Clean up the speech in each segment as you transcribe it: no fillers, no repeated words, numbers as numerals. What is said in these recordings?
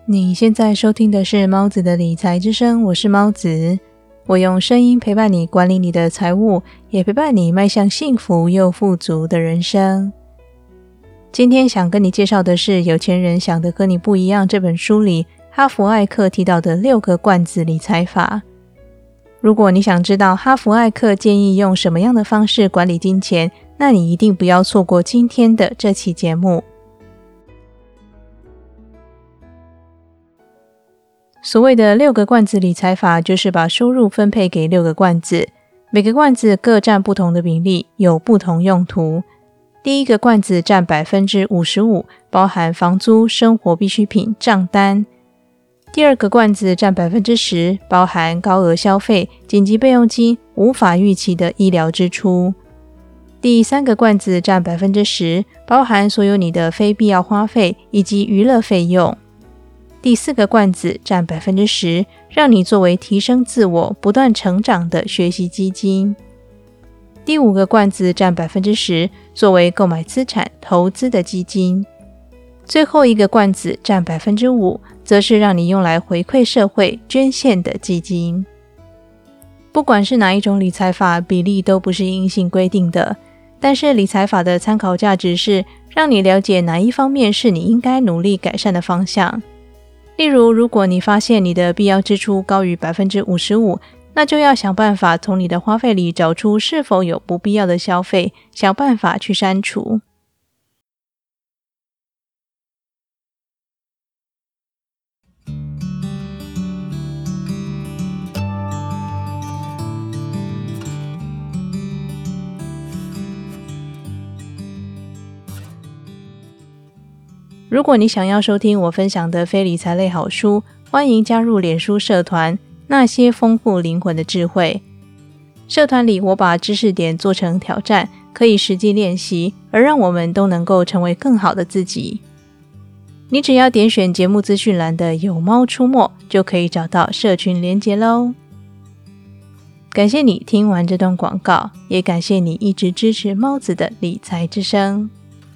你现在收听的是猫子的理财之声，我是猫子。我用声音陪伴你管理你的财务，也陪伴你迈向幸福又富足的人生。今天想跟你介绍的是《有钱人想的和你不一样》这本书里哈佛艾克提到的6个罐子理财法。如果你想知道哈佛艾克建议用什么样的方式管理金钱，那你一定不要错过今天的这期节目。所谓的6个罐子理财法，就是把收入分配给6个罐子，每个罐子各占不同的比例，有不同用途。第一个罐子占 55%， 包含房租、生活必需品、账单。第二个罐子占 10%， 包含高额消费、紧急备用金、无法预期的医疗支出。第三个罐子占 10%， 包含所有你的非必要花费以及娱乐费用。第4个罐子占 10%， 让你作为提升自我、不断成长的学习基金。第5个罐子占 10%， 作为购买资产、投资的基金。最后一个罐子占 5%， 则是让你用来回馈社会、捐献的基金。不管是哪一种理财法，比例都不是硬性规定的，但是理财法的参考价值是让你了解哪一方面是你应该努力改善的方向。例如，如果你发现你的必要支出高于 55%， 那就要想办法从你的花费里找出是否有不必要的消费，想办法去删除。如果你想要收听我分享的非理财类好书，欢迎加入脸书社团那些丰富灵魂的智慧。社团里我把知识点做成挑战，可以实际练习，而让我们都能够成为更好的自己。你只要点选节目资讯栏的有猫出没，就可以找到社群连结咯。感谢你听完这段广告，也感谢你一直支持猫子的理财之声。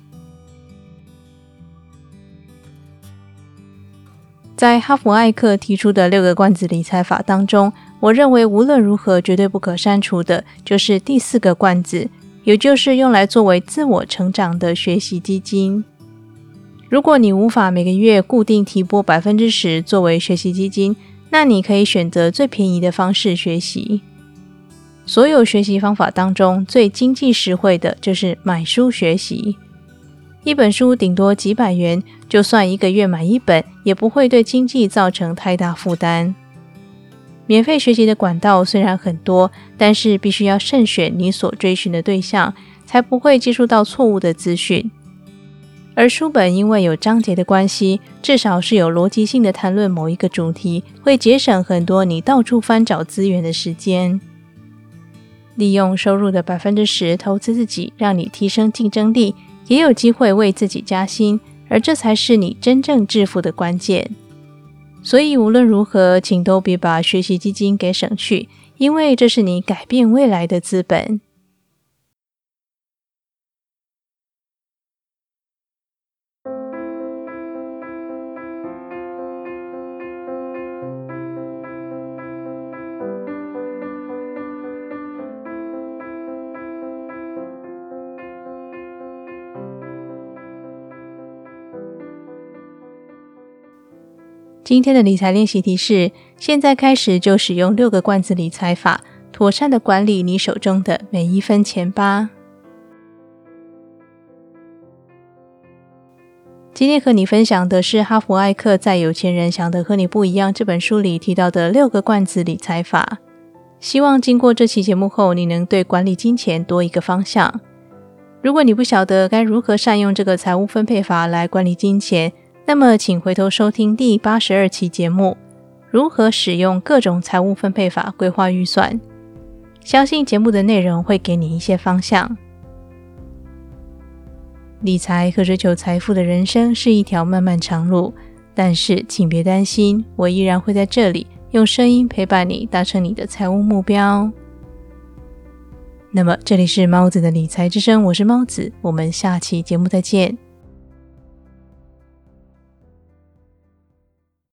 在哈佛艾克提出的6个罐子理财法当中，我认为无论如何绝对不可删除的就是第4个罐子，也就是用来作为自我成长的学习基金。如果你无法每个月固定提拨 10% 作为学习基金，那你可以选择最便宜的方式学习。所有学习方法当中，最经济实惠的就是买书学习。一本书顶多几百元，就算1个月买1本，也不会对经济造成太大负担。免费学习的管道虽然很多，但是必须要慎选你所追寻的对象，才不会接触到错误的资讯。而书本因为有章节的关系，至少是有逻辑性的谈论某一个主题，会节省很多你到处翻找资源的时间。利用收入的 10% 投资自己，让你提升竞争力，也有机会为自己加薪，而这才是你真正致富的关键。所以无论如何，请都别把学习基金给省去，因为这是你改变未来的资本。今天的理财练习题是：现在开始就使用6个罐子理财法，妥善的管理你手中的每一分钱吧。今天和你分享的是哈佛艾克在《有钱人想的和你不一样》这本书里提到的6个罐子理财法。希望经过这期节目后，你能对管理金钱多一个方向。如果你不晓得该如何善用这个财务分配法来管理金钱，那么请回头收听第82期节目，如何使用各种财务分配法规划预算。相信节目的内容会给你一些方向。理财和追求财富的人生是一条漫漫长路，但是请别担心，我依然会在这里用声音陪伴你达成你的财务目标。那么这里是猫子的理财之声，我是猫子，我们下期节目再见。